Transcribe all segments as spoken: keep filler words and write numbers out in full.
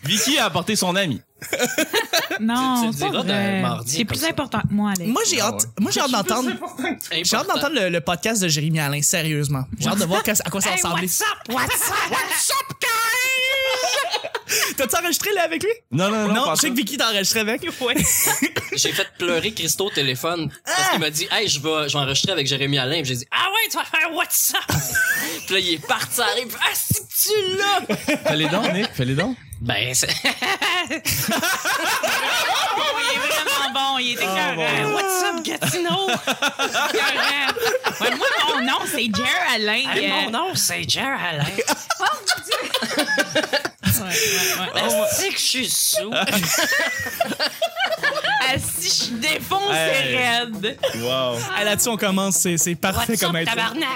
Vicky a apporté son ami. Non, tu, tu le diras d'un mardi. C'est plus ça. important que moi, Alex. Moi, j'ai hâte, moi, j'ai hâte d'entendre, j'ai hâte d'entendre le, le podcast de Jérémy Alain, sérieusement. J'ai hâte de voir à quoi ça va Hey, ressembler. what's up? What's up? What's up, guys? T'as-tu enregistré, là, avec lui? Non, non, non. Non, pas je sais ça. que Vicky t'a enregistré avec. Ouais. J'ai fait pleurer Christo au téléphone parce qu'il m'a dit hey je vais je vais enregistrer avec Jérémy Alain. Puis j'ai dit ah ouais tu vas faire what's up. Puis là il est parti à rire. Ah si tu l'as. Fais les dons, Nick. Fais les dons. Ben c'est Il est vraiment bon. Il était écœurant. what's up Gatineau. Écœurant. Ouais, moi, mon nom, c'est Jer Alain. Hey, Euh, mon nom c'est Jer Alain. Oh, mon Dieu. Ouais, ouais, ouais. C'est que je suis sous. Ah, si je défonce, Hey. c'est raide. Wow. Ah, là-dessus, on commence, c'est, c'est parfait What's comme up intro. tabarnak.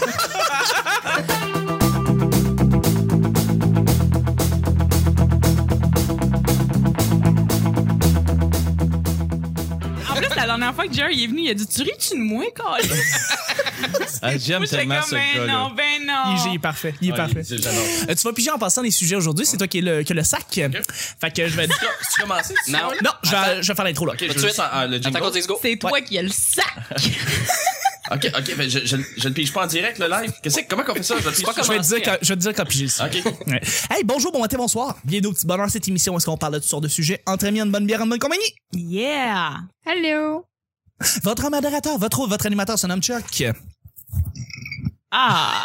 En plus, la dernière fois que Jer il est venu, il a dit tu ris-tu de moi, Carl? Ah, j'aime Moi, j'étais tellement comme, ce ben gars-là. non, ben non. Il, il est parfait, il est Ah, parfait. il- J'adore. Euh, tu vas piger en passant les sujets aujourd'hui, c'est toi qui as le, qui a le sac. Fait que je vais... Si tu commences? Non. Non, je vais, je vais faire l'intro, là. Ok, je Tout veux de juste en- en- le Attends jingle. qu'on dise go. C'est toi qui as le sac. Ok, ok, ben je, je, je le pige pas en direct, le live. Qu'est-ce que, comment qu'on fait ça? Je le pige pas pas Je vais te dire commencer, quand, je vais te dire quand piger ça. Ok. Ouais. Hey, bonjour, bon matin, bonsoir. Bienvenue au Petit Bonheur, cette émission où est-ce qu'on parle de toutes sortes de sujets entre amis, en bonne bière, en bonne compagnie. Yeah. Hello. Votre modérateur, votre votre animateur se nomme Chuck. Ah.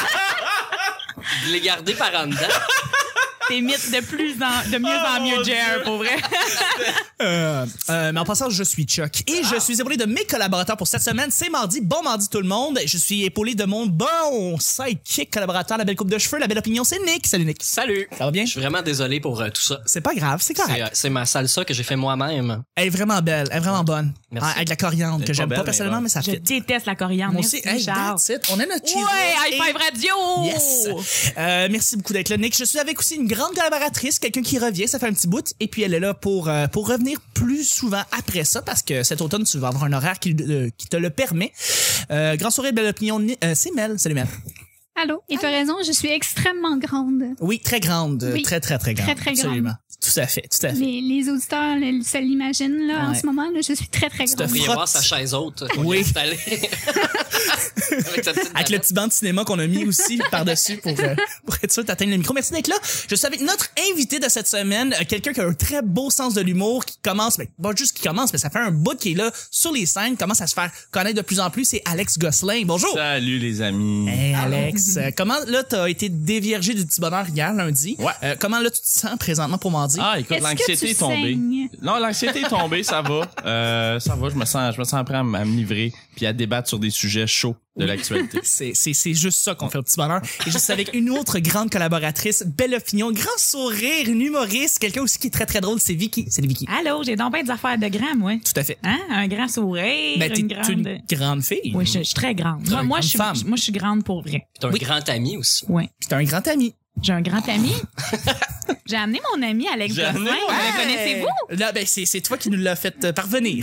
Je l'ai gardé par en dedans. T'imites de plus en, de mieux en mieux Jer, pour vrai. Euh, euh, mais en passant, je suis Chuck et je suis épaulé de mes collaborateurs pour cette semaine. C'est mardi, bon mardi tout le monde. Je suis épaulé de mon bon sidekick collaborateur, la belle coupe de cheveux, la belle opinion, c'est Nick. Salut Nick. Salut. Ça va bien? Je suis vraiment désolé pour euh, tout ça. C'est pas grave, c'est C'est, correct. euh, c'est ma salsa que j'ai fait moi-même. Elle est vraiment belle, elle est vraiment bonne. Merci. Ah, avec la coriandre Elle est que pas j'aime belle, pas mais personnellement, bonne. mais ça Je fit. déteste la coriandre. Moi aussi, Merci, hey, Charles. that's it. On a notre cheese. Ouais, high et- five radio. Yes. Euh, merci beaucoup d'être là, Nick. Je suis avec aussi une grande collaboratrice, quelqu'un qui revient, ça fait un petit bout, et puis elle est là pour euh, pour revenir plus souvent après ça, parce que cet automne tu vas avoir un horaire qui, euh, qui te le permet. Euh, grand sourire, belle opinion. Ni- Euh, c'est Mel. Salut Mel. Allô. Et tu as raison, je suis extrêmement grande. Oui, très grande, Oui. très très très grande. Très, très grande. Absolument. Tout à fait, tout à fait. Les, les auditeurs le- se l'imaginent là en Ouais. ce moment. Là, je suis très très Tu te grande. Vous pourriez frottes. voir sa chaise haute qu'on Oui. a installée. Avec sa petite Avec le manette. petit banc de cinéma qu'on a mis aussi par-dessus pour, euh, pour être sûr d'atteindre le micro. Merci d'être là. Je suis avec notre invité de cette semaine, euh, quelqu'un qui a un très beau sens de l'humour, qui commence, mais pas juste qui commence, mais ça fait un bout qui est là sur les scènes, commence à se faire connaître de plus en plus. C'est Alex Gosselin. Bonjour. Salut les amis. Hey Alex, euh, comment là t'as été déviergé du petit bonheur hier lundi? Ouais. Euh, comment là tu te sens présentement pour mardi? Ah, écoute, Est-ce que l'anxiété tu est tombée. saignes? Non, l'anxiété est tombée, ça va. Euh, ça va, je me sens, je me sens prêt à, m- à me livrer puis à débattre sur des sujets chauds de l'actualité. C'est, c'est, c'est juste ça qu'on fait au petit bonheur. Et je suis avec une autre grande collaboratrice, belle opinion, grand sourire, une humoriste, quelqu'un aussi qui est très très drôle, c'est Vicky. Salut Vicky. Allô, j'ai donc bien des affaires de grand, moi. Tout à fait. Hein? Un grand sourire, Ben, t'es une t'es grande... une grande fille. Oui, je, je suis très grande. T'es Moi, une moi, grande je suis, femme. moi, je suis grande pour vrai. T'as un Oui. grand ami aussi. Oui. C'est un grand ami. J'ai un grand ami. J'ai amené mon ami Alex J'ai Gosselin. amené mon Le connaissez-vous? Là, ben, c'est, c'est toi qui nous l'as fait euh, parvenir.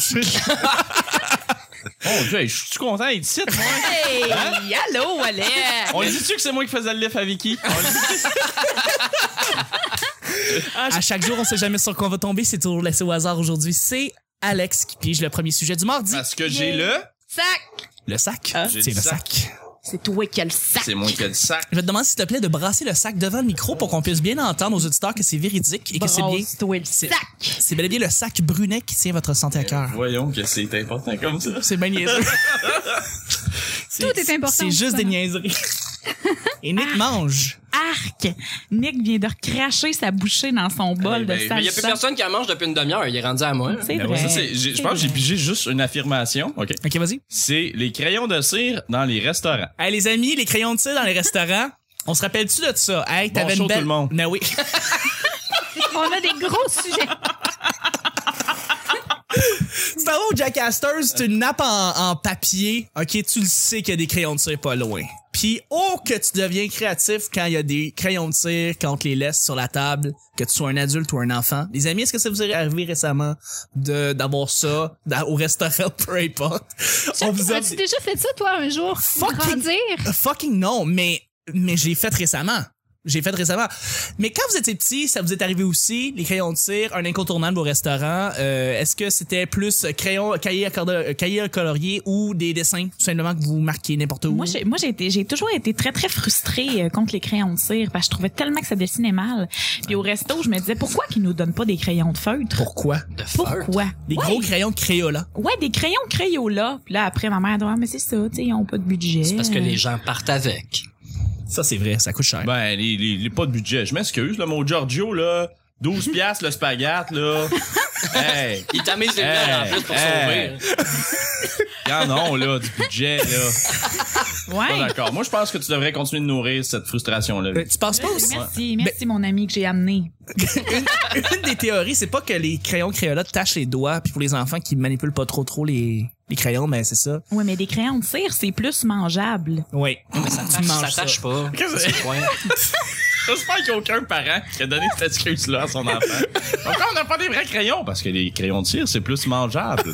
Oh Dieu, je suis content d'être ici, moi. Hey! Allô, Alex! On le dit-tu que c'est moi qui faisais le lift à Vicky? On le dit- À chaque jour, on sait jamais sur quoi on va tomber. C'est toujours laissé au hasard aujourd'hui. C'est Alex qui pige le premier sujet du mardi. Parce que j'ai le... Sac! Le sac. J'ai C'est le le sac. sac. C'est toi qui as le sac. C'est moi qui ai le sac. Je vais te demander, s'il te plaît, de brasser le sac devant le micro pour qu'on puisse bien entendre aux auditeurs que c'est véridique et que c'est bien. Brasse-toi le C'est- sac. C'est bel et bien le sac Brunet qui tient votre santé à cœur. Voyons que c'est important comme ça. C'est bien niaiseux. C'est- Tout est important, C'est juste ça. des niaiseries. Et Nick mange. Arc! Nick vient de recracher sa bouchée dans son bol Eh ben, de mais salsa. Il y a plus personne qui en mange depuis une demi-heure. Il est rendu à moi. C'est Ben vrai. ouais, ça, c'est- j'ai- Je pense que j'ai pigé juste une affirmation. OK. OK, vas-y. C'est les crayons de cire dans les restaurants. Hey, les amis, les crayons de cire dans les restaurants. On se rappelle-tu de ça? Hey, Bon t'avais show, une belle... tout le monde. Ben oui. On a des gros sujets. Tu t'en vas au Jack Astor's, c'est une nappe en, en papier. OK, tu le sais qu'il y a des crayons de cire pas loin. Puis, oh, que tu deviens créatif quand il y a des crayons de cire, quand on te les laisse sur la table, que tu sois un adulte ou un enfant. Les amis, est-ce que ça vous est arrivé récemment de d'avoir ça dans- au restaurant, peu importe? On vous a... As-tu déjà fait ça, toi, un jour? Fucking- Grandir? Fucking non, mais, mais je l'ai fait récemment. j'ai fait récemment. Mais quand vous étiez petit, ça vous est arrivé aussi, les crayons de cire, un incontournable au restaurant. Euh, est-ce que c'était plus crayon, cahier à, cordo- cahier à colorier ou des dessins, tout simplement, que vous marquiez n'importe où? Moi, j'ai, moi, j'ai été, j'ai toujours été très, très frustrée euh, contre les crayons de cire parce que je trouvais tellement que ça dessinait mal. Puis au resto, je me disais, pourquoi qu'ils nous donnent pas des crayons de feutre? Pourquoi? De feutre. Pourquoi? Des Ouais. gros crayons de Crayola. Ouais, des crayons Crayola. Puis là, après, ma mère dit, ah, mais c'est ça, tu sais, ils ont pas de budget. C'est parce que les gens partent avec. Ça, c'est vrai, ça coûte cher. Ben, les, les, les pas de budget. Je m'excuse, là, mon Giorgio, là. douze piastres le spaghette, là. Hey! Ils t'amusent les Hey, lumières en plus pour hey. sauver. Y'en ont, là, du budget, là. Pas Ouais. d'accord. Moi, je pense que tu devrais continuer de nourrir cette frustration-là. Euh, tu penses pas aussi? Merci, merci, mon ami que j'ai amené. une, une des théories, c'est pas que les crayons Crayola te tachent les doigts, puis pour les enfants qui manipulent pas trop trop les, les crayons, mais c'est ça. Ouais, mais des crayons de cire, c'est plus mangeable. Oui. Mais ça Tu tâche, manges ça tâche ça. pas. Qu'est-ce que C'est le point. J'espère qu'il n'y a aucun parent qui a donné cette excuse-là à son enfant. Pourquoi on n'a pas des vrais crayons? Parce que les crayons de cire, c'est plus mangeable.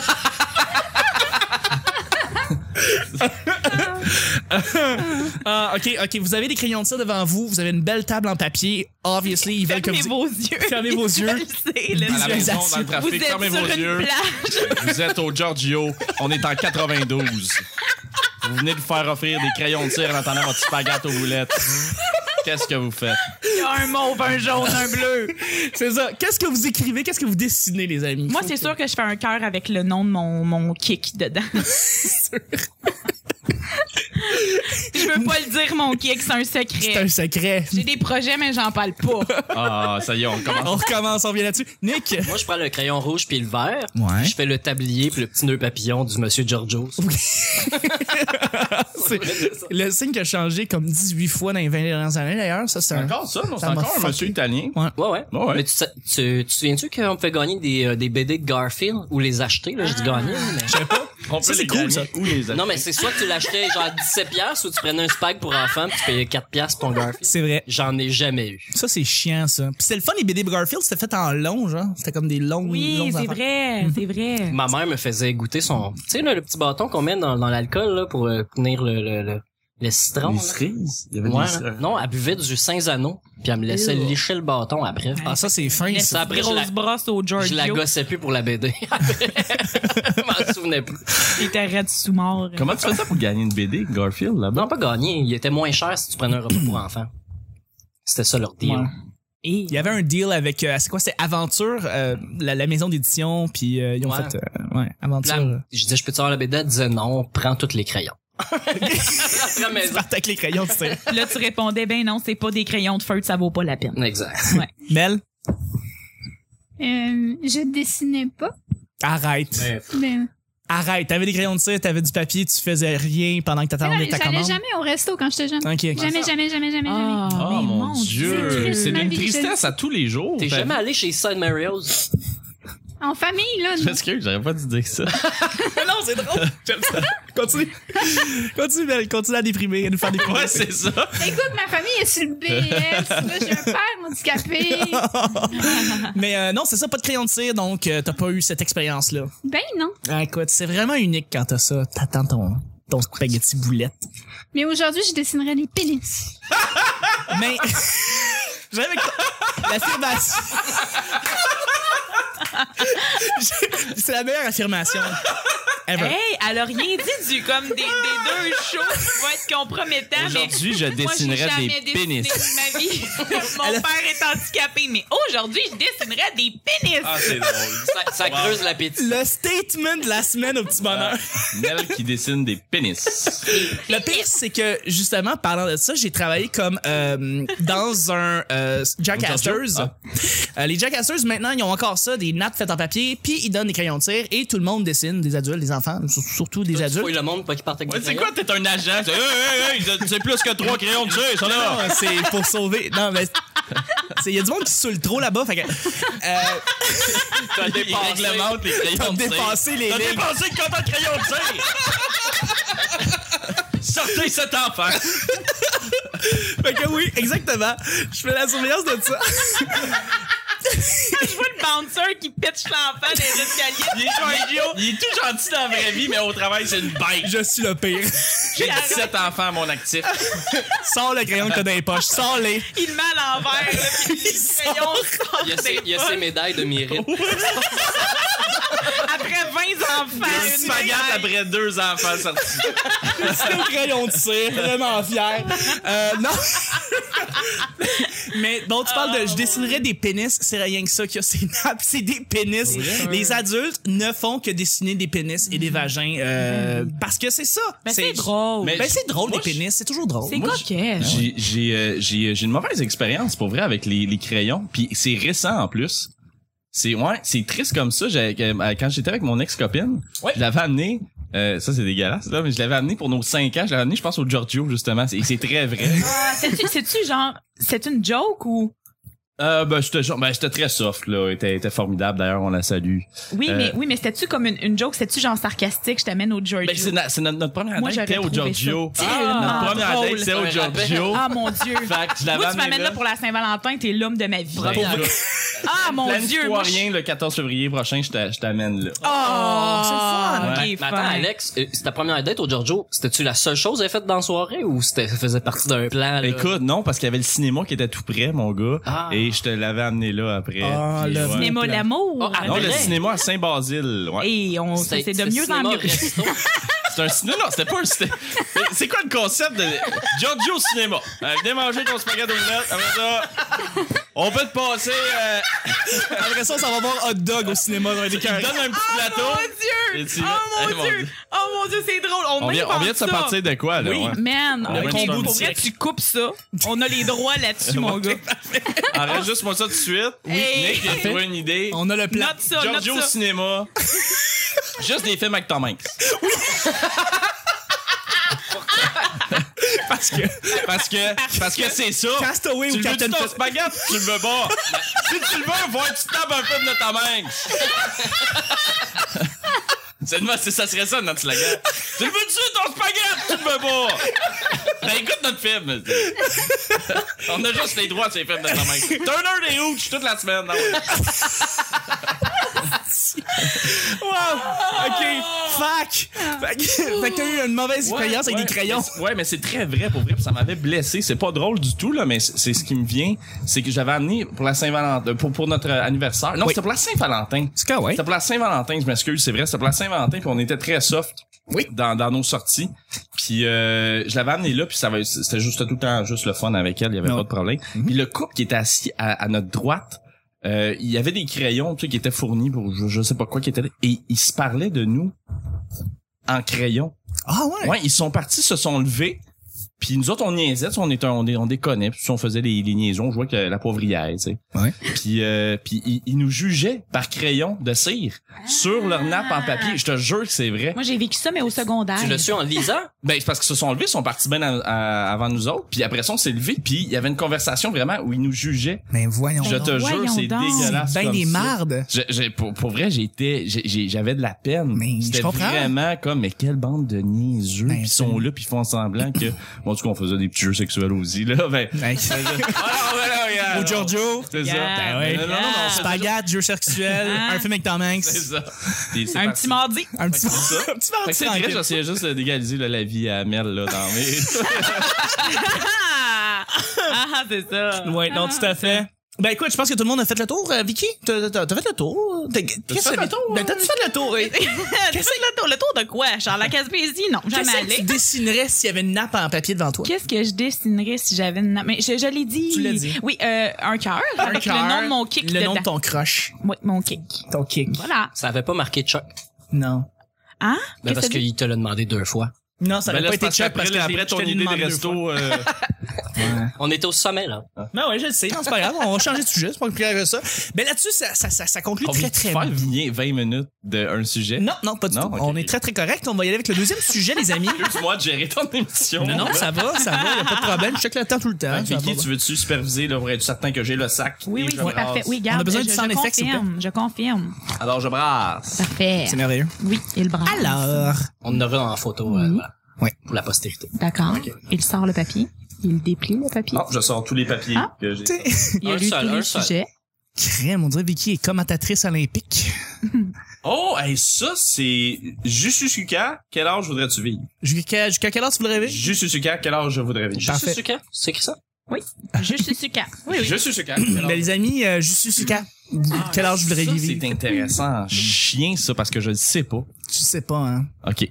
Ah, ok, ok. Vous avez des crayons de cire devant vous. Vous avez une belle table en papier. Obviously, ils veulent que Fermez vous. vos yeux. Fermez vos yeux. C'est le- À la maison, dans le Vous trafic, êtes fermez sur vos une yeux. plage. Vous êtes au Giorgio. On est en quatre-vingt-douze. Vous venez de faire offrir des crayons de cire en attendant votre spaghette aux boulettes. Qu'est-ce que vous faites? Il y a un mauve, un jaune, un bleu. C'est ça. Qu'est-ce que vous écrivez? Qu'est-ce que vous dessinez, les amis? Moi, c'est sûr que je fais un cœur avec le nom de mon, mon kick dedans. Je veux pas le dire, mon kick, c'est un C'est secret. un secret. J'ai des projets, mais j'en parle pas. Ah, ça y est, on commence. On recommence, on revient là-dessus. Nick? Moi, je prends le crayon rouge puis le vert. Ouais. Puis je fais le tablier puis le petit nœud papillon du monsieur Giorgio. C'est le signe qui a changé comme dix-huit fois dans les vingt dernières années, d'ailleurs. Ça, c'est un... Encore ça, non? C'est Ça m'a encore un fucké. monsieur italien. Ouais, ouais. Ouais, ouais. Mais tu, sais- tu, tu te souviens-tu qu'on me fait gagner des, euh, des B D de Garfield ou les acheter? Là, je dis gagner, mais... Je sais pas. On Ça, peut c'est les cool, gagner ça. ou les acheter. Non, mais c'est soit que tu l'achetais genre dix-sept piastres ou tu prenais un spag pour enfants puis tu payais quatre piastres pour ton Garfield. C'est vrai. J'en ai jamais eu. Ça, c'est chiant, ça. Puis c'était le fun, les B D Garfield, c'était fait en long, genre. C'était comme des longs, Oui, longs c'est affaires. vrai, c'est vrai. Ma mère me faisait goûter son... Tu sais, là, le petit bâton qu'on met dans, dans l'alcool là, pour euh, tenir le, le, le, le citron. Les là. cerises? Il y avait Ouais, des cerises. non, elle buvait du Saint-Zanon, puis elle me laissait Ew. lécher le bâton après. Ah, ça, c'est fin. Laisse ça. après, je grosse la- brosse au Je la Giorgio. gossais plus pour la B D. Je m'en souvenais plus. Il était raide sous-mort. Comment tu fais ça pour gagner une B D, Garfield, là-bas? Non, pas gagné. Il était moins cher si tu prenais un repas pour enfants. C'était ça leur deal. Ouais. Et Il y avait un deal avec, euh, c'est quoi, c'est Aventure, euh, la, la maison d'édition, puis euh, ils ont Ouais. fait, euh, ouais, Puis Aventure. là, je disais, je peux te avoir la B D? Elle disait non, prends tous les crayons. Après la Tu maison. partais avec les crayons, tu sais. là, tu répondais, ben non, c'est pas des crayons de feutre, ça vaut pas la peine. Exact. Mel, Euh, je dessinais pas. arrête. Ben, Arrête. T'avais des crayons de cire, t'avais du papier, tu faisais rien pendant que t'attendais ta j'allais commande. jamais au resto quand j'étais jeune. Ok, ok. Jamais, jamais, jamais, jamais, Ah, Oh mais mon Dieu, Dieu. c'est Ma d'une vie, je tristesse sais. à tous les jours. T'es Fait- jamais allé chez Side Mario's? En famille, là. Je m'excuse, j'aurais pas dû dire ça. non, c'est drôle. J'aime ça. Continue. Continue, Mel. Continue à déprimer, à nous faire déprimer. Ouais, c'est ça. Écoute, ma famille est sur le B S. Là, j'ai un père handicapé. Mais euh, non, c'est ça, pas de crayon de cire, donc euh, t'as pas eu cette expérience-là. Ben non. Ah, écoute, c'est vraiment unique quand t'as ça. T'attends ton, ton spaghetti boulette. Mais aujourd'hui, je dessinerais des pénis. Mais j'avais l'affirmation. C'est la meilleure affirmation ever. Hey, elle a rien dit du comme des, des deux shows qui vont être compromettants. Aujourd'hui, mais je moi, j'ai dessinerais jamais des dessiné pénis. de ma vie. Mon Elle a- père est handicapé, mais aujourd'hui, je dessinerais des pénis. Ah, c'est drôle. Ça, ça creuse l'appétit. Le statement de la semaine au petit bonheur. Nell qui dessine des pénis. Le pire, c'est que, justement, parlant de ça, j'ai travaillé comme euh, dans un euh, Jack Astor's. Ah. Euh, les Jack Astor's, maintenant, ils ont encore ça, des nattes faites en papier, puis ils donnent des crayons de cire, et tout le monde dessine, des adultes, des enfants, sur- surtout des Tu adultes. fouilles le monde pas qu'ils partent avec Ouais, des c'est crayons. quoi, t'es un agent? C'est, hey, hey, hey, c'est plus que trois crayons de cire, ça Non, là. c'est pour sauver. Non, mais il y a du monde qui se saoule trop là-bas. Fait que, euh, T'as Il dépassé. réglemente les crayons T'as de cire. dépassé les T'as lignes. dépassé le quota de crayons de cire. Sortez cet enfant. fait que oui, exactement. Je fais la surveillance de ça. Je vois le bouncer qui pitch l'enfant des escaliers. Il est, il, est, il est tout gentil dans la vraie vie, mais au travail, c'est une bête. Je suis le pire. J'ai dix-sept enfants à mon actif. Sors le crayon que t'as dans les poches. Sors-les. Il le met à l'envers, là, puis le crayon sort Il y a ses, des il y a poches. ses médailles de mérite. Après vingt enfants, Une une baguette médaille. après deux enfants sortis. C'était au crayon de cire. Vraiment fier. Euh, non. Mais donc, tu parles de, je dessinerais des pénis, c'est rien que ça qu'il y a, c'est nappes, c'est des pénis. Les adultes ne font que dessiner des pénis et des vagins, euh, parce que c'est ça. Ben, c'est drôle. Mais- Ben, c'est drôle, Moi, des pénis, c'est toujours drôle. C'est moi, coquet. J'ai j'ai euh, j'ai j'ai une mauvaise expérience pour vrai avec les les crayons, puis c'est récent en plus. C'est ouais, c'est triste comme ça. J'ai- euh, quand j'étais avec mon ex-copine, Ouais. je l'avais amené. Euh, ça c'est dégueulasse là, mais je l'avais amené pour nos cinq ans. Je l'avais amené, je pense au Giorgio justement. C'est c'est très vrai. Ah, c'est-tu, c'est-tu genre, c'est une joke ou? Euh, ben j'étais genre- ben j'étais très soft là. Elle était, elle était formidable d'ailleurs. On la salue. Oui, Euh, mais, oui, mais c'était-tu comme une, une joke? C'était-tu genre sarcastique? Je t'amène au Giorgio. Ben c'est na- c'est notre, notre première Moi, date c'était j'aurais au trouvé Giorgio. ça tellement Notre première drôle. date c'était au C'est un rappel. Giorgio. Ah, mon Dieu. Fait que je l'avais Moi, tu amené m'amènes là là. pour la Saint-Valentin, t'es l'homme de ma vie. Ben, Première- là, Ah, mon Dieu. Planifie-toi Moi, je- rien le quatorze février prochain, je t'a- je t'amène là. Oh, c'est le fun. Ok, Ouais. Mais attends, fine. Alex, euh, c'est ta première date au Giorgio. C'était-tu la seule chose qu'elle a faite dans la soirée ou c'était, ça faisait partie d'un plan, là? Écoute, non, parce qu'il y avait le cinéma qui était tout près, mon gars. Ah. Et je te l'avais amené là après. Ah, Puis, le ouais. Cinéma plan. l'amour. Oh, ah, Non, le vrai? cinéma à Saint-Basile. Ouais. Et on, c'est C'était- de mieux en cinéma mieux. resto. C'est un cinéma. Non, c'était pas un cinéma. C'est quoi le concept de Giorgio au cinéma? Euh, Venez manger ton spaghetti aux boulettes. Après ça, on peut te passer. Euh, Après ça, ça va voir hot dog au cinéma, ça va être il te écœurant. donne un petit plateau. Oh mon Et Dieu! tu Oh vas- mon Eh, mon Dieu! Dieu. Oh mon Dieu, c'est drôle. On, On vient, on vient de se ça. partir de quoi, là? Oui. ouais? Man, Le on- combo pour du vrai, siècle. tu coupes ça. On a les droits là-dessus, mon gars. Enregistre-moi ça tout de suite. Hey. Nick, il a trouvé une idée. On a le plan. Note ça, Giorgio au note ça. cinéma. Juste des films avec Tom Hanks. Parce que Parce que, parce que c'est ça. Castaway Tu ou le veux Captain ton Phil- spaghetti, tu le veux pas. Si tu le veux, voir tu tapes un film de Tom Hanks. C'est moi, c'est ça serait ça notre slogan. Tu le veux-tu ton spaghetti, tu le veux pas. Ben écoute notre film. On a juste les droits sur les films de Tom Hanks. Turner des Hooch toute la semaine. Non, ouais. Wow! OK. Fac! Fait que fait que t'as eu une mauvaise expérience avec Ouais, des crayons. mais c'est- Ouais, mais c'est très vrai pour vrai. Puis ça m'avait blessé. C'est pas drôle du tout là, mais c'est c'est ce qui me vient, c'est que j'avais amené pour la Saint-Valentin, pour pour notre anniversaire. Non, Oui. c'était pour la Saint-Valentin. C'est quoi, ouais? C'était pour la Saint-Valentin, je m'excuse, c'est vrai, c'était pour la Saint-Valentin, puis on était très soft. Oui. Dans, dans nos sorties. Puis euh, je l'avais amené là, puis ça va, c'était juste tout le temps juste le fun avec elle, il y avait Non. pas de problème. Puis le couple qui était assis à, à notre droite, euh, il y avait des crayons, tu sais, qui étaient fournis pour je, je sais pas quoi qui était là, et ils se parlaient de nous en crayon. Ah ouais? Ouais, ils sont partis, se sont levés. Puis nous autres, on niaisait, tu sais, on était, on, dé- on déconnait, puis on faisait les, les niaisons, on jouait avec la pauvrière, tu sais. Ouais. Puis, euh, puis ils, ils nous jugeaient par crayon de cire sur leur nappe en papier. Je te jure que c'est vrai. Moi, j'ai vécu ça, mais au secondaire. Tu l'as su en lisant? Ben, c'est parce qu'ils se sont levés, ils sont partis bien à- à- avant nous autres. Puis après ça, on s'est levés, puis il y avait une conversation vraiment où ils nous jugeaient. Mais voyons. Je Ben, te jure, voyons c'est donc. dégueulasse. Ben comme des ça. mardes. Je- j'ai- pour, pour vrai, j'étais, j'ai- j'ai- j'avais de la peine. Mais je C'était comprends. vraiment comme, mais quelle bande de niaiseux. Ben, Puis ils c'est- sont là, puis ils font semblant que, bon, du coup, on faisait des petits jeux sexuels aussi, là. Ben, Ben, ah, non, ben non, regarde, Au Giorgio. C'est ça. Yeah. Ben ouais. Non, non, non, non, on faisait Spaghetti, jeu sexuel, Hein? un film avec Tom Hanks. C'est ça. Puis c'est Un parti. petit mardi. Un petit Fait que c'est ça. un petit Fait que mardi c'est vrai, tranquille. j'essayais juste de d'égaliser là, la vie à Mel là dans mes. Ah, ah c'est ça. Ouais, non, tout à fait. Ben écoute, je pense que tout le monde a fait le tour, euh, Vicky. T'as t'as- t'as fait le tour. T'as qu'est-ce fait que le tour, Ben t'as-tu fait le tour? oui. Tu fais le tour, le tour de quoi? Genre la Gaspésie? Non, jamais Qu'est-ce que tu allé. dessinerais s'il y avait une nappe en papier devant toi? Qu'est-ce que je dessinerais si j'avais une... Mais je, je l'ai dit. Tu l'as dit. Oui, euh, un cœur. Avec cœur, le nom de mon kick Le nom de dedans. ton crush. Oui, mon kick. Ton kick. Voilà. Ça avait pas marqué Chuck. Non. Hein? Ben Qu'est-ce parce que ça dit? qu'il te l'a demandé deux fois. Non, ça Ben aurait là, pas c'est été parce Chuck parce qu'après, que après je ton te l'ai idée de demandé deux resto, euh, On était au sommet, là. Ben ouais, je le sais, non, c'est pas grave, on va changer de sujet, c'est pas plus grave que ça. Ben là-dessus, ça, ça, ça, ça conclut on très vient très faire bien. vigner vingt minutes d'un sujet. Non, non, pas du Non, tout. ok. On est très très correct, on va y aller avec le deuxième sujet, les amis. Excuse-moi de gérer ton émission. Non, non, ça va, ça va, y a pas de problème, je check le temps tout le temps. Hein, ça Vicky, va. tu veux-tu superviser là, pour être certain que j'ai le sac? Oui, Et oui, je c'est brasse. parfait. Oui, garde. On a besoin je, du je sound effect, s'il vous plaît. confirme. Je confirme. Alors, je brasse. Parfait. C'est merveilleux. Oui, il brasse. Alors, On en aura en photo Oui. euh, Oui. pour la postérité. D'accord. Il sort le papier. Il déplie le papier. Non, je sors tous les papiers Ah. que j'ai. tu sais, Il a Un lu seul, tous un les seul. sujets. Crème, on dirait Vicky est commentatrice olympique. Oh, hey, ça, c'est Jususuka. Quel âge voudrais-tu vivre? Jusqu'à, jusqu'à quelle heure tu voudrais rêver? Jususuka, quel âge je voudrais vivre? Parfait. Susuka? C'est écrit ça? Oui. Juste Susuka. Oui, oui. Jususuka. quel âge? Ben, les amis, euh, Jususuka, quel âge vous voudrais Ça, vivre? c'est intéressant. Chien, ça, parce que je le sais pas. Tu sais pas, hein. OK.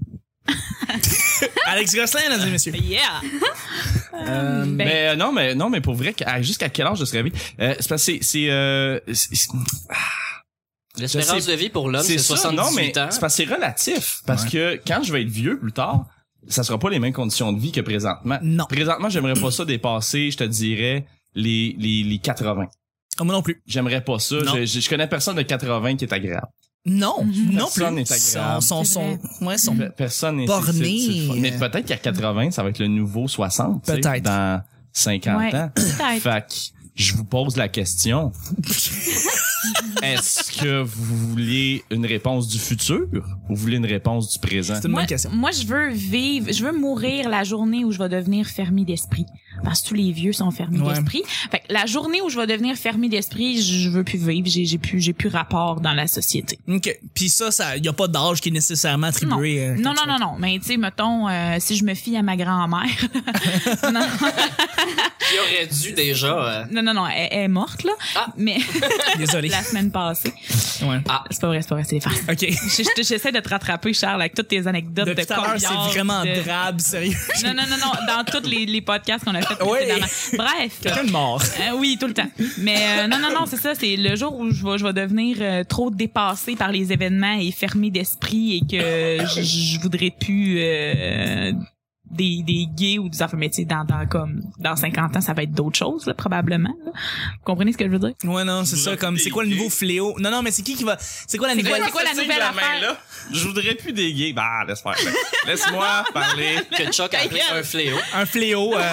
Alex Gosselin, mesdames et messieurs. Yeah. Euh, Ben, Mais euh, non, mais non, mais pour vrai, à- jusqu'à quel âge je serais vie? Euh, c'est parce que c'est c'est euh, c'est- c'est- L'espérance Je sais- de vie pour l'homme, c'est ça, soixante-dix-huit non, mais ans. c'est parce que c'est relatif. Parce que quand je vais être vieux plus tard, ça sera pas les mêmes conditions de vie que présentement. Non. Présentement, j'aimerais pas ça dépasser, je te dirais, les les les quatre-vingts. oh, moi non plus. J'aimerais pas ça. Non. Je, je, je connais personne de quatre-vingts qui est agréable. Non, Mhm. non Personne plus. n'est agréable. Son, son, C'est son, ouais, son, Pe- Personne n'est Borné. c'est- c'est- c'est le fun. Mais peut-être qu'à quatre-vingts, ça va être le nouveau soixante. tu sais, Peut-être. Dans cinquante Ouais, ans. peut-être. Fait que je vous pose la question. Est-ce que vous vouliez une réponse du futur ou vous voulez une réponse du présent? c'est une moi, bonne question. moi, je veux vivre, je veux mourir la journée où je vais devenir fermé d'esprit. Parce que tous les vieux sont fermés Ouais. d'esprit. Fait que la journée où je vais devenir fermé d'esprit, je veux plus vivre. J'ai, j'ai plus, j'ai plus rapport dans la société. OK. Puis ça, ça, y a pas d'âge qui est nécessairement Non, attribué. euh, non, quand non, tu non, non. Mais tu sais, mettons, euh, si je me fie à ma grand-mère. non, Qui aurait dû déjà... euh, non, non, non, elle, elle est morte, là. Ah. Mais fais. Désolé. la semaine passée. Ouais. Ah, C'est pas vrai, c'est pas vrai, c'est des farces. OK. Je- je- J'essaie de te rattraper, Charles, avec toutes tes anecdotes Depuis de tout à l'heure, c'est corbillard, vraiment de- drabe, sérieux. Non, non, non, non, dans tous les, les podcasts qu'on a fait Ouais. précédemment. Bref. Quelqu'un de mort. Euh, oui, tout le temps. Mais euh, non, non, non, c'est ça. C'est le jour où je vais, je vais devenir euh, trop dépassé par les événements et fermé d'esprit et que je, je voudrais plus euh, des, des gays ou des affaires. Mais tu sais, dans, dans, comme, dans cinquante ans, ça va être d'autres choses, là, probablement. Là. Vous comprenez ce que je veux dire? Ouais, non, c'est ça, comme, c'est quoi le nouveau fléau? Non, non, mais c'est qui qui va, c'est quoi la C'est nouvelle? quoi, c'est quoi la Cette nouvelle signe de la affaire? main, là, je voudrais plus des gays. Bah, laisse faire. Laisse-moi parler. que Chuck a appelé un fléau. Un fléau, euh,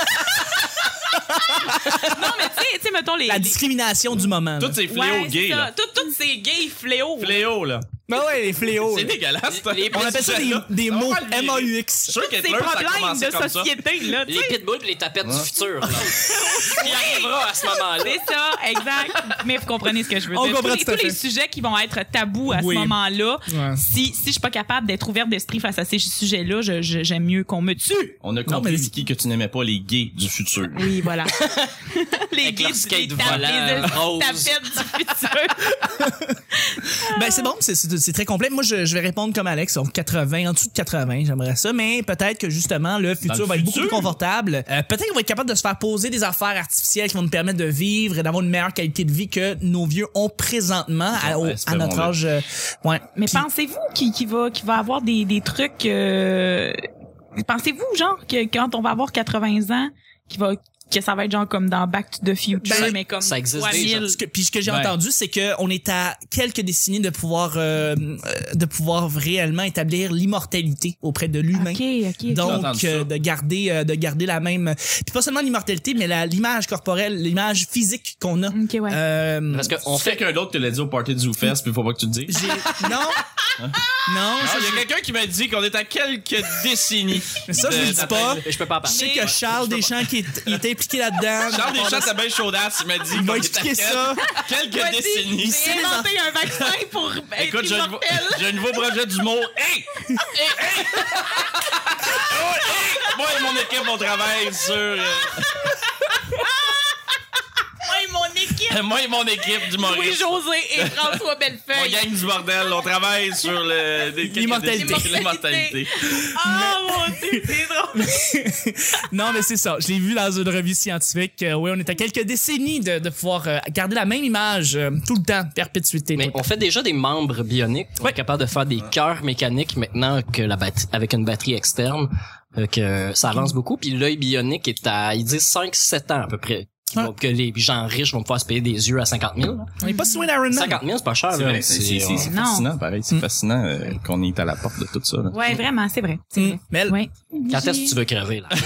Non, mais tu sais, tu sais, mettons les... la les- discrimination du moment. Tous ces fléaux Ouais, gays, c'est ça. là. Tout- Toutes ces gays fléaux. Fléaux, là. Ben ouais, les fléaux. C'est là. dégueulasse. Les- les On appelle ça des, Celle-là. des On mots va le virer. M A U Je X. suis sûr Ces qu'Hitler, ça a problèmes commencé de comme ça. société, là, tu Les sais. pitbulls pis les tapettes Ouais. du futur, là. Il arrivera à ce moment-là. C'est ça, exact. Mais vous comprenez ce que je veux On dire. comprend tous les, tout à tous les fait. sujets qui vont être tabous à Oui. ce moment-là, Ouais. si, si je suis pas capable d'être ouverte d'esprit face à ces sujets-là, je, je- j'aime mieux qu'on me tue. On a Non, compris, mais- Vicky, que tu n'aimais pas les gays du futur. Oui, voilà. les Avec gays leur du- skate les tapes- volant les rose. tapettes du futur. Ben c'est bon, c'est c'est c'est très complet. Moi je, je vais répondre comme Alex, donc quatre-vingts, en dessous de quatre-vingts, j'aimerais ça, mais peut-être que justement le futur Dans le va être beaucoup futur? plus confortable. Euh, peut-être qu'on va être capable de se faire poser des affaires artificielles qui vont nous permettre de vivre et d'avoir une meilleure qualité de vie que nos vieux ont présentement à, au- Ouais, à notre espérons-le. âge. euh, ouais. Mais Puis- pensez-vous qu'il qu'il va, qu'il va avoir des, des trucs... euh, Pensez-vous, genre, que quand on va avoir quatre-vingts ans, qu'il va, que ça va être genre comme dans Back to the Future, Ben, mais comme ça existe trois déjà. mille. Ce que, puis ce que j'ai Ben. entendu, c'est que on est à quelques décennies de pouvoir euh, euh, de pouvoir réellement établir l'immortalité auprès de l'humain. OK, OK. J'ai Donc entendu ça. euh, de garder euh, de garder la même puis pas seulement l'immortalité mais la l'image corporelle, l'image physique qu'on a. OK, ouais. Euh, Parce qu'on On fait fait... quelqu'un d'autre te l'a dit au party du ZooFest, puis faut pas que tu te dises. j'ai non non, Non, ça, il y a quelqu'un qui m'a dit qu'on est à quelques décennies. mais ça je de- le dis pas. Je peux pas en Je parler. sais que Charles Deschamps qui est, il est impliqué là-dedans. Charles Deschamps, t'as bien chaudasse, il m'a dit Il m'a qu'on expliqué était à ça. quelques Vas-y, décennies. J'ai inventé un vaccin pour être Écoute, j'ai un, nouveau, immortel. j'ai un nouveau projet d'humour. Hey! Hey! Hey! Oh, hey! Moi et mon équipe, on travaille sur... euh, Moi et mon équipe. moi et mon équipe d'humoristes. Louis-José et François On Bellefeuille. gagne du bordel, on travaille sur le... des- quelques L'immortalité. décennies. L'immortalité. Oh mon Dieu, c'est drôle. Non mais c'est ça, je l'ai vu dans une revue scientifique. Euh, oui, on est à quelques décennies de, de pouvoir euh, garder la même image euh, tout le temps, perpétuité. Mais tout le on fait déjà des membres bioniques. On est capable de faire des cœurs mécaniques maintenant que la batterie, avec une batterie externe. Fait que ça avance beaucoup. Puis l'œil bionique est à, ils disent cinq sept ans à peu près. Qui vont- que les gens riches vont pouvoir se payer des yeux à cinquante mille. là. On est pas si loin d'Iron Man. cinquante mille, c'est pas cher. C'est là. vrai, c'est, c'est, c'est, c'est Non. fascinant, pareil. C'est fascinant euh, qu'on est à la porte de tout ça. Là. Ouais, vraiment, c'est vrai. C'est Mm. vrai. Mais elle- Ouais. Quand est-ce que tu veux crever, là?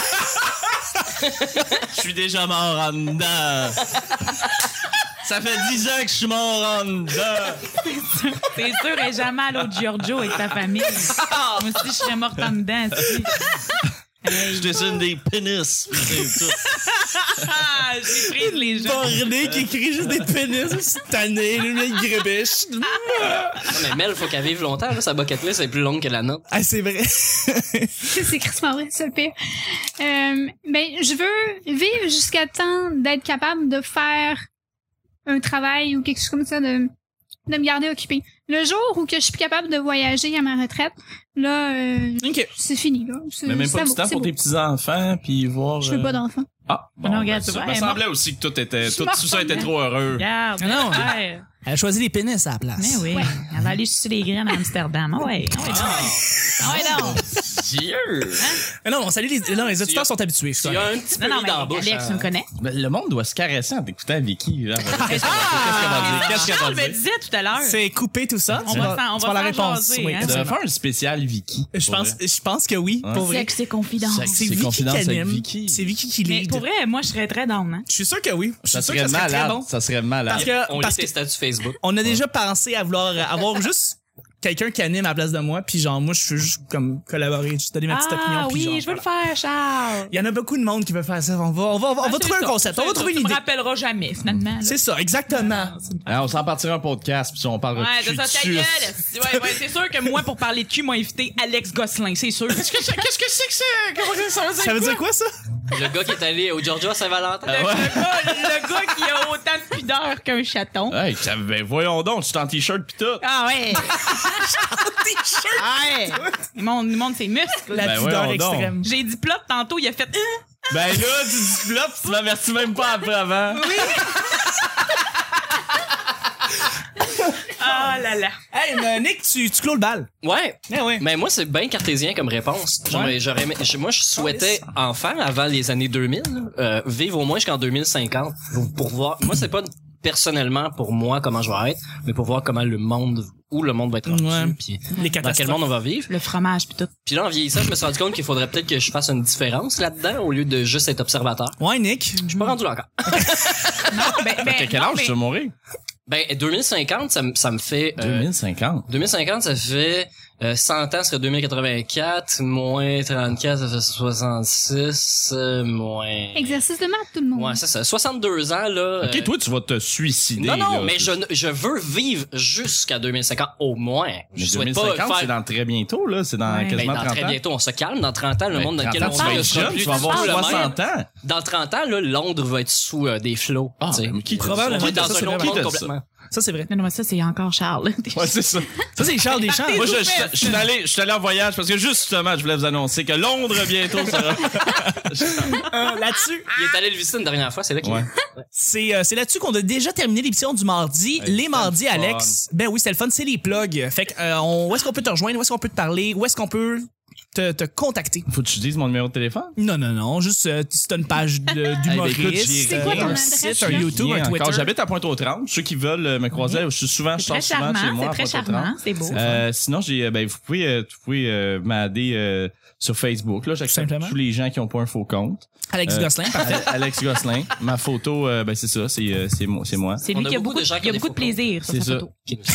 Je suis déjà mort en dedans. Ça fait dix ans que je suis mort en dedans. C'est sûr, et jamais à l'autre Giorgio avec ta famille. Moi aussi, je serais morte en dedans. si. Je dessine des pénis. C'est tout. Ah, j'ai pris les gens. Borné qui écrit juste des pénis. C'est tanné, le mec grébiche. Non, mais Mel, faut qu'elle vive longtemps, là. Sa bucket list est plus longue que la nôtre. Ah, c'est vrai. C'est crissement vrai, c'est le pire. Euh, ben, je veux vivre jusqu'à temps d'être capable de faire un travail ou quelque chose comme ça, de, de me garder occupée. Le jour où que je suis plus capable de voyager à ma retraite, là, euh, OK. c'est fini, là. C'est- Mais même ça pas du vaut- temps c'est pour beau. tes petits-enfants, puis voir... Je veux euh, pas d'enfants. Ah, bon, Non, ben, regarde, ça tu vois, me elle est semblait aussi que tout était... Je suis Tout, morte tout ça était en trop heureux. Regarde. Non. Ouais. Elle a choisi les pénis à la place. Mais oui. Elle va aller sucer les graines à Amsterdam. Ah ouais. Ah ouais, non. Ah ouais, non. Dieu! Mais non, on salue les, non, les auditeurs sont habitués. Tu as un petit peu Non, non, mis dans la mais bouche. Alex, hein. tu me connais. Ben, le monde doit se caresser en t'écoutant Vicky. Là. Qu'est-ce qu'elle va dire? Qu'est-ce qu'elle Charles va me dire? disait tout à l'heure. C'est coupé tout ça. On Tu va vas- s'en- on tu va vas la faire réponse. jaser, Oui, hein. Tu devrais absolument. faire un spécial Vicky. Je pense, je pense que oui. Hein? Pour vrai. Sexe et confidence. Sexe. C'est C'est Vicky qui confidence avec anime. Vicky. C'est Vicky qui Mais lead. pour vrai, moi, je serais très down, hein. Je suis sûr que oui. Je Ça suis sûr serait que ça serait très malade. bon. Ça serait malade. Parce que, On lit parce tes que statuts Facebook. on a déjà pensé à vouloir avoir juste quelqu'un qui anime à la place de moi, puis genre moi je veux juste comme collaborer, juste donner ma petite opinion. Ah puis oui, genre, je veux le voilà. faire, Charles. Il y en a beaucoup de monde qui veut faire ça. On va, on va, on va, on va Ah, c'est trouver un ça. concept. On va C'est trouver ça. une Tu idée. me rappelleras jamais, finalement. là. C'est ça, exactement. Ah, on s'en partira un podcast, puis on parlera Ouais, de de ça, ta cul. gueule. Ouais, ouais, c'est sûr que moi, pour parler de cul, m'a invité Alex Gosselin, c'est sûr. Qu'est-ce que c'est Qu'est-ce que c'est que ça? Comment ça veut dire? Ça veut dire quoi ça? Le gars qui est allé au Georgia à Saint-Valentin. Le, le gars, le gars qui a autant de pudeur qu'un chaton. Hey, ça- ben, voyons donc, tu t'es en t-shirt pis tout. Ah ouais. Ah ouais. Il montre, il montre ses muscles. La Ben, pudeur voyons donc. extrême. J'ai dit plot tantôt, il a fait. Hein? Ben là, tu dis flop, tu m'avertis même pas après avant. Ah là là. Hey, mais Nick, tu, tu clôt le bal. Ouais. Eh ouais. Mais moi, c'est bien cartésien comme réponse. J'aurais, Ouais. j'aurais aimé- je- moi, je souhaitais, enfant, avant les années deux mille, euh, vivre au moins jusqu'en deux mille cinquante pour, pour voir. Moi, c'est pas personnellement pour moi comment je vais être, mais pour voir comment le monde, où le monde va être rendu, Ouais. puis Les dans quel catastrophes. monde on va vivre. Le fromage pis tout. Puis là, en vieillissant, je me suis rendu compte qu'il faudrait peut-être que je fasse une différence là-dedans au lieu de juste être observateur. Ouais, Nick. Je suis pas rendu là encore. Non, ben, ben, À quel non, âge mais- tu vas mourir? Ben, deux mille cinquante, ça, me- ça me fait... euh, deux mille cinquante. deux mille cinquante, ça fait euh, cent ans, ça serait deux mille quatre-vingt-quatre, moins trente-quatre, ça fait soixante-six, euh, moins... Exercice de maths, tout le monde. Ouais, c'est ça. soixante-deux ans, là... Ok, euh, toi, tu vas te suicider. Non, non, là. mais je, ne- je veux vivre jusqu'à deux mille cinquante, au moins. Je Mais souhaite deux mille cinquante, pas c'est faire... dans très bientôt, là. C'est dans Ouais. Ben, quasiment dans trente très ans. bientôt, on se calme. Dans trente ans, le Ben, monde dans lequel trente on ans, tu vas vit être sera jeune, plus tu vas avoir tout le même. soixante ans. Dans trente ans, là, Londres va être sous euh, des flots. Ah, tu sais. mais qui t'a dit Probablement. On va être dans Ça, un c'est autre vrai. monde Qui t'a complètement. Ça, c'est vrai. Non, non, mais ça, c'est encore Charles. Ouais, c'est ça. Ça, c'est Charles Deschamps. Moi, je, je, je suis allé, je suis allé en voyage parce que justement, je voulais vous annoncer que Londres bientôt sera. Euh, Là-dessus, Il est allé le visiter une dernière fois, c'est là qu'il Ouais. c'est euh, c'est là-dessus qu'on a déjà terminé l'émission du mardi. Hey, les c'était mardis, le fun. Alex. Ben oui, c'était le fun, c'est les plugs. Fait que, euh, on- où est-ce qu'on peut te rejoindre? Où est-ce qu'on peut te parler? Où est-ce qu'on peut te, te contacter? Faut que tu dises mon numéro de téléphone? Non, non, non. Juste, euh, si t'as une page de- Eh ben, écoute, d'humoriste, j'y- C'est quoi ton un adresse, site, un là? YouTube, un Bien, Twitter. encore, j'habite à Pointe-aux-Trembles. Ceux qui veulent euh, me croiser, je suis souvent, je C'est très sors souvent chez charmant, moi c'est à très Pointe-aux-Trembles. charmant, c'est beau. Euh, sinon, j'ai, euh, ben, vous pouvez, euh, vous pouvez euh, m'aider euh, sur Facebook. Là, j'accepte Simplement. tous les gens qui ont pas un faux compte. Alex Euh, Gosselin, parfait. Ale- Alex Gosselin. Ma photo, euh, ben c'est ça, c'est euh, c'est moi, c'est moi. C'est On lui a qui a beaucoup beaucoup, de gens de, qui il a ont des beaucoup de photos. plaisir sur C'est sa ça. photo.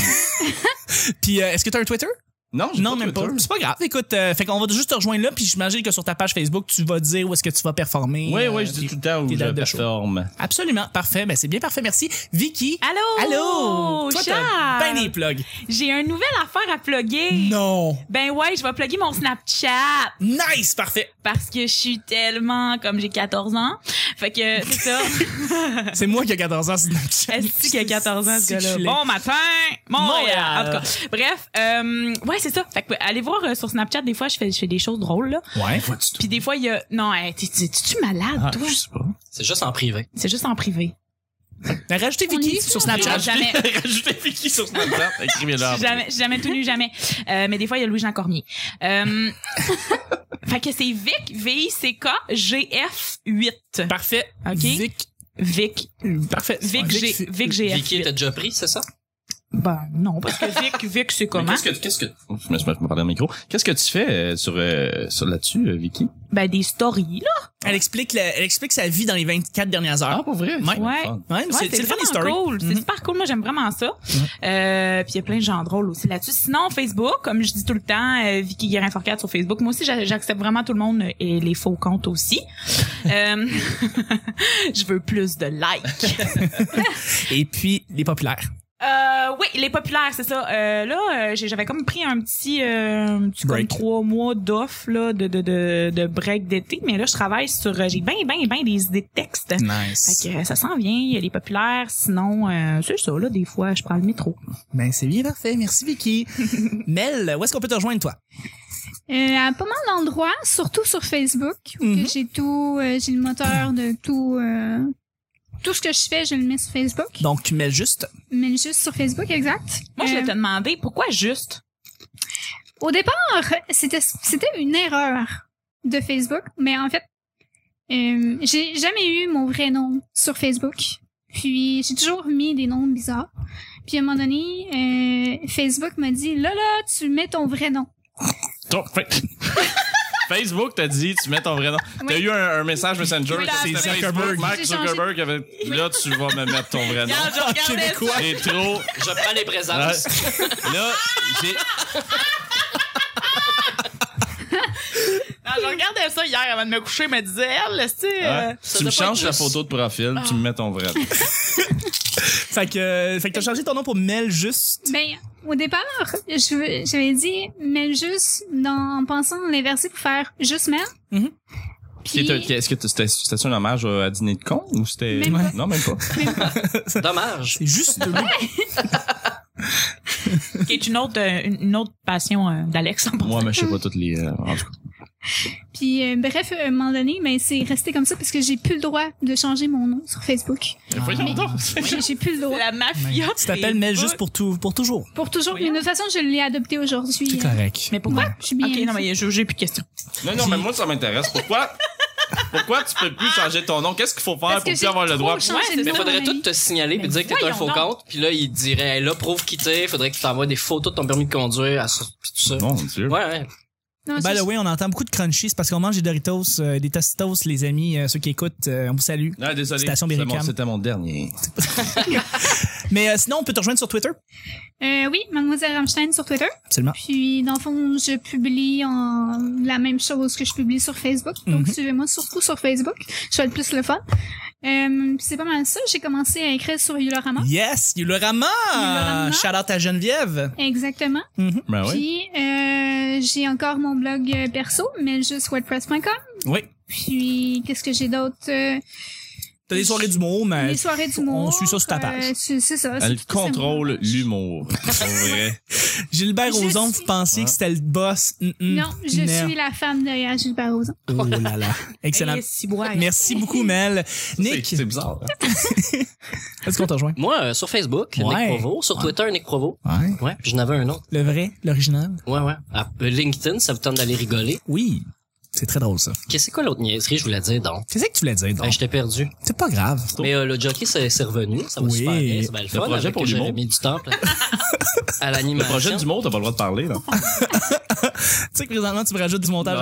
Puis, euh, est-ce que t'as un Twitter? Non, j'ai Non, pas même pas. Twitter. C'est pas grave. Écoute, euh, fait qu'on va juste te rejoindre là, puis j'imagine que sur ta page Facebook, tu vas dire où est-ce que tu vas performer. Oui, euh, oui, je dis tes- tout le temps où tes je dates de show. performe. Absolument. Parfait. Ben, c'est bien parfait. Merci. Vicky. Allô? Allô? Toi, t'as Charles? ben des plugs. J'ai une nouvelle affaire à plugger. Non. Ben ouais, je vais plugger mon Snapchat. Nice. Parfait. Parce que je suis tellement comme j'ai quatorze ans. Fait que c'est ça. C'est moi qui ai quatorze ans, c'est Snapchat. Est-ce qu'il a quatorze ans, ce C'est que je gars-là? l'ai. Bon matin! Montréal! Montréal. En tout cas, bref, euh, ouais, c'est ça. Fait que, allez voir euh, sur Snapchat, des fois, je fais, je fais des choses drôles, là. Ouais. Puis des fois, il y a... Non, hey, t'es- t'es- t'es-tu malade, Ah, toi? je sais pas. C'est juste en privé. C'est juste en privé. Ben, rajoutez On Vicky est sur sûr. Snapchat. Jamais. Rajoutez Vicky sur Snapchat. Écrivez-le. Jamais, jamais tout nu, jamais. Euh, mais des fois, il y a Louis-Jean Cormier. Euh, fait que c'est Vic, V I C K, G F huit. Parfait. OK. Vic. Vic. Parfait. Vic, G, Vic, G F Vicky huit. était déjà pris, c'est ça? Ben, non, parce que Vic, Vic, c'est Mais comment? Qu'est-ce que, qu'est-ce que, je me suis parlé dans le micro. Qu'est-ce que tu fais euh, sur, euh, sur là-dessus, euh, Vicky? Ben, des stories, là. Elle explique, la- elle explique sa vie dans les vingt-quatre dernières heures. Ah, pour vrai? Ouais. C'est Ouais. fun. Ouais, Ouais, c'est, c'est c'est le fun, les vraiment stories. cool. C'est Mhm. super cool. Moi, j'aime vraiment ça. Euh, puis il y a plein de gens drôles aussi là-dessus. Sinon, Facebook, comme je dis tout le temps, euh, Vicky Guérin-Forcade sur Facebook. Moi aussi, j'a- j'accepte vraiment tout le monde euh, et les faux comptes aussi. euh, je veux plus de likes. Et puis, les populaires. Euh, oui, les populaires, c'est ça. Euh, là, euh, j'ai- j'avais comme pris un petit, euh, un petit comme Break. trois mois d'off là, de, de, de, de break d'été. Mais là, je travaille sur, euh, j'ai ben, ben, ben des idées de texte. Nice. Fait que euh, ça s'en vient, il y a les populaires. Sinon, euh, c'est ça, là, des fois, je prends le métro. Ben, c'est bien parfait. Merci, Vicky. Mel, où est-ce qu'on peut te rejoindre, toi? Euh, à pas mal d'endroits, surtout sur Facebook, où Mhm. que j'ai tout, euh, j'ai le moteur de tout, euh, tout ce que je fais, je le mets sur Facebook. Donc, Mel juste. Mais juste sur Facebook, exact. Moi, je Euh, voulais te demander, pourquoi juste? Au départ, c'était, c'était une erreur de Facebook, mais en fait, euh, j'ai jamais eu mon vrai nom sur Facebook. Puis, j'ai toujours mis des noms bizarres. Puis, à un moment donné, euh, Facebook m'a dit, là, là, tu mets ton vrai nom. Ton- fa- Facebook t'a dit, tu mets ton vrai nom. T'as Oui. eu un, un message Messenger, Oui, c'est c'est Facebook, Zuckerberg. Mark J'ai changé. Zuckerberg avait, là, tu vas me mettre ton vrai nom. Regarde, je regardais Québécois. ça. C'est trop. Je prends les présences. Ouais. Là, j'ai, Non, je regardais ça hier avant de me coucher, elle me disait, elle, tu sais, euh, ouais, ça tu me doit pas changes être la juste. photo de profil, tu me mets ton vrai nom. Fait que, euh, fait que t'as changé ton nom pour Mel juste. Ben, au départ, je, j'avais dit, mais juste, dans, en pensant l'inverser pour faire juste mère. Mhm. Puis, C'était- Est-ce que c'était, c'était un hommage à Dîner de con ou c'était. Même pas. Non, même pas. Dommage. C'est juste de lui. qui est une autre, euh, une, une autre passion euh, d'Alex. en Moi, mais je sais pas toutes les. euh, en tout cas. puis euh, bref, à un moment donné, ben, c'est resté comme ça parce que j'ai plus le droit de changer mon nom sur Facebook. Voyons donc. J'ai, j'ai plus le droit. La mafia. Tu t'appelles Mel juste pour tout, pour toujours. Pour toujours. Mais de toute façon, je l'ai adopté aujourd'hui. C'est correct. Mais pourquoi? Je suis bien. Ok, non, mais j'ai j'ai plus de questions. Non, non, mais moi, ça m'intéresse. Pourquoi? Pourquoi tu peux plus changer ton nom? Qu'est-ce qu'il faut faire Parce pour que plus j'ai avoir le trop droit? changé Ouais, de Mais nom faudrait dans tout ma vie. te signaler Mais puis dire que t'es un voyons faux donc. compte, puis là il te dirait hey, là prouve quitter, faudrait que tu t'envoies des photos de ton permis de conduire à ça, puis tout ça. Mon Dieu. Ouais ouais. Non, By c'est- the way, on entend beaucoup de crunchy, c'est parce qu'on mange des Doritos, euh, des Tostitos, les amis, euh, ceux qui écoutent, euh, on vous salue. Ah, désolé. Station C'est Berry-Cam. mon- C'était mon dernier. Mais euh, sinon, on peut te rejoindre sur Twitter. Euh, oui, Mademoiselle Rammstein sur Twitter. Absolument. Puis, dans le fond, je publie en la même chose que je publie sur Facebook. Donc, Mhm. suivez-moi surtout sur Facebook. Je vais être plus le fun. Euh, puis c'est pas mal ça. J'ai commencé à écrire sur Yulorama. Yes, Yulorama! Yulorama. Shout out à Geneviève. Exactement. Ben oui. Puis, euh, j'ai encore mon blog euh, perso, mais juste wordpress point com. Oui. Puis, qu'est-ce que j'ai d'autre? Euh, T'as des soirées d'humour, mais les soirées d'humour. on suit ça sur ta page. Euh, c'est c'est ça. c'est Elle tout ça, contrôle c'est mon- l'humour. Pour vrai. Gilbert Je Rozon, suis- vous pensiez que c'était le boss? Mm-mm. Non, je Non. suis la femme derrière Gilbert Rozon. Oh là là. Excellent. Eh, si, ouais. Merci beaucoup, Mel. C'est Nick, c'est bizarre. hein? est-ce qu'on te rejoint? Moi euh, sur Facebook, Ouais. Nick Provo, sur Twitter Nick Provo. Ouais. Ouais, puis j'en avais un autre. Le vrai, l'original? Ouais ouais. À euh, LinkedIn, ça vous tente d'aller rigoler. Oui. C'est très drôle, ça. Qu'est-ce que c'est quoi l'autre niaiserie je voulais dire donc? Qu'est-ce que tu voulais dire, donc? Ben, j'étais perdu. C'est pas grave. Mais euh, le jockey c'est c'est revenu, ça va Oui. super bien, c'est bien le fun. projet avec pour que j'avais l'humour. mis du temps là, à Le l'animation. projet du mot, t'as pas le droit de parler, là. Tu sais que présentement, tu me rajoutes du montage Non. à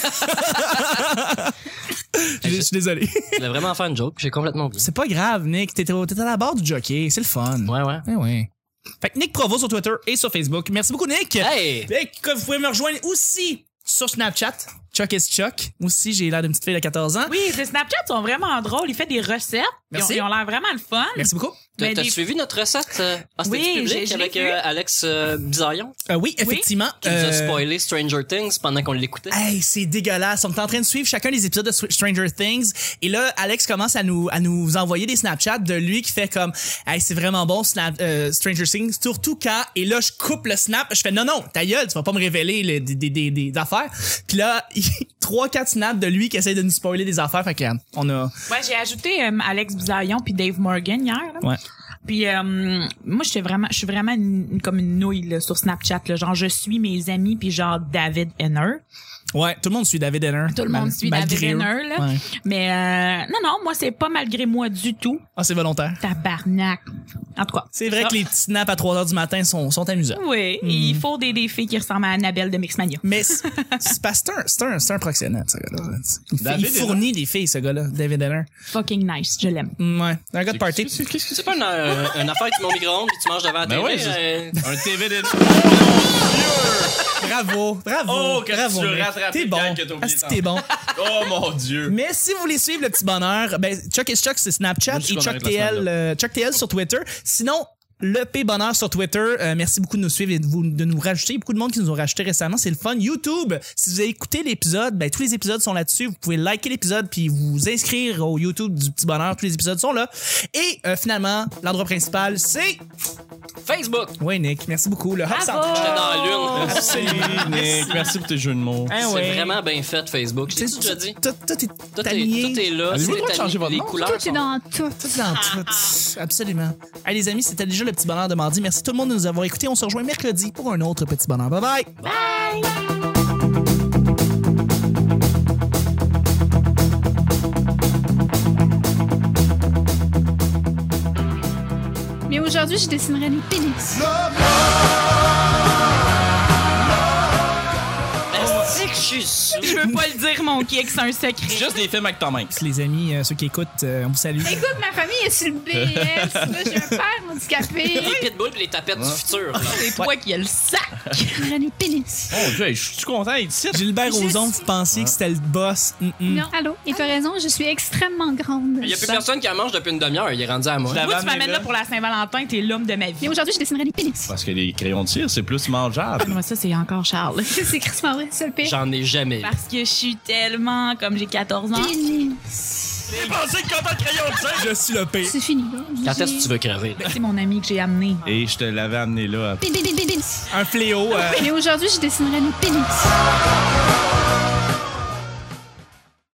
faire. Je je suis désolé. Je voulais vraiment faire une joke, j'ai complètement oublié. C'est pas grave, Nick. T'étais au- t'étais à la barre du jockey. C'est le fun. Ouais ouais. Eh oui. Fait que Nick Provo sur Twitter et sur Facebook. Merci beaucoup, Nick. Hey! Et que vous pouvez me rejoindre aussi sur Snapchat. Chuck is Chuck. Aussi, j'ai l'air d'une petite fille de quatorze ans. Oui, les Snapchat sont vraiment drôles. Il fait des recettes. Ils ont, Merci. ils ont l'air vraiment le fun. Merci beaucoup. T'as Mais t'as des- suivi notre recette? Euh, ah, c'était Oui, public j'ai- je l'ai avec vu. euh, Alex euh, Bizarion Euh, oui, effectivement. qui nous a euh, spoilé Stranger Things pendant qu'on l'écoutait. Hey, c'est dégueulasse. On est en train de suivre chacun des épisodes de Str- Stranger Things. Et là, Alex commence à nous, à nous envoyer des Snapchats de lui qui fait comme, hey, c'est vraiment bon, Snap, euh, Stranger Things. Surtout quand, et là, je coupe le snap. Je fais, non, non, ta gueule, tu vas pas me révéler les- des, des, des, des affaires. Puis là, trois, quatre snaps de lui qui essaie de nous spoiler des affaires. Fait que, euh, on a, Ouais, j'ai ajouté euh, Alex Bizarion puis Dave Morgan hier. Là. ouais. Puis euh, moi, j'étais vraiment, je suis vraiment une- une- comme une nouille là, sur Snapchat. Là. Genre, je suis mes amis puis genre David Henner. Ouais, tout le monde suit David Henner. Tout le monde Mal- suit malgré David eux. Henner, là. Ouais. Mais euh, non, non, moi, c'est pas malgré moi du tout. Ah, c'est volontaire. Tabarnak. En tout cas. C'est vrai ça. que les petits snaps à trois heures du matin sont, sont amusants. Oui, Mm. il faut des, des filles qui ressemblent à Annabelle de Mixmania. Mais c'est c'est parce que c'est un, c'est un, c'est un proxénète, ce gars-là. Il, fait- David il fournit des filles, ce gars-là, David Henner. Fucking nice, je l'aime. Mm, Ouais, un gars de party. Qu'est-ce que c'est? C'est pas une, euh, une affaire que tu mets au micro-ondes puis tu manges devant la Ben télé. ouais, c'est- euh, Un T V de... Bravo, bravo. Oh, que bravo, tu Nick. rattrapes T'es le bon. gag que t'as oublié Asti, t'es bon. Oh mon Dieu. Mais si vous voulez suivre le petit bonheur, ben Chuck is Chuck c'est Snapchat Moi, je suis et qu'on Chuck arrête la T L, semaine, euh, Chuck T L sur Twitter. Sinon, le P Bonheur sur Twitter. Euh, merci beaucoup de nous suivre et de, vous, de nous rajouter. Il y a beaucoup de monde qui nous ont rajouté récemment. C'est le fun. YouTube, si vous avez écouté l'épisode, ben tous les épisodes sont là-dessus. Vous pouvez liker l'épisode puis vous inscrire au YouTube du Petit Bonheur. Tous les épisodes sont là. Et euh, finalement, l'endroit principal, c'est... Facebook. Oui, Nick. Merci beaucoup. Le hub Bravo! central. J'étais dans la lune. Absolument. Nick, merci pour tes jeux de mots. Hein, C'est ouais. vraiment bien fait, Facebook. J'ai C'est- déjà dit. Tout, tout est Tout est, aligné. tout est là. Avez-vous le c'est droit de changer aligné, votre les nom? couleurs Tout est sont- dans tout. Tout dans tout. Absolument. Hey, les amis, c'était déjà le Petit Bonheur de mardi. Merci tout le monde de nous avoir écoutés. On se rejoint mercredi pour un autre Petit Bonheur. Bye bye. Mais aujourd'hui, je dessinerai des pénis. C'est que je suis sous. Je veux pas le dire, mon kick, c'est un secret. Juste des films avec Tom Hanks. Les amis, euh, ceux qui écoutent, euh, on vous salue. Écoute, ma famille est sur le B S. Là, j'ai un père handicapé. Les pitbulls pis les tapettes du futur. là. C'est toi qui as le sac. Je dessinerai des pénis. Oh Dieu, je suis content d'être ici. Gilbert Juste- Rozon, vous pensiez que c'était le boss. Mm-mm. Non, allô? Et t'as raison, je suis extrêmement grande. Il y a plus personne qui en mange depuis une demi-heure. Il est rendu à moi. Je l'avais Moi, tu m'amènes amené là pour la Saint-Valentin, t'es l'homme de ma vie. Mais aujourd'hui, je dessinerai des pénis. Parce que les crayons de cire, c'est plus mangeable. Moi, ça, c'est encore Charles. C'est Christmas vrai, c'est le pire. J'en ai jamais eu. Parce que je suis tellement, comme j'ai quatorze ans. Pénis. J'ai pensé que quand t'as le crayon de cire... Je suis le pire. C'est fini, là. Quand est-ce que tu veux crever? là? C'est mon ami que j'ai amené. Et je te l'avais amené là. Pénis. Un fléau. euh, Mais aujourd'hui, je dessinerai des pénis.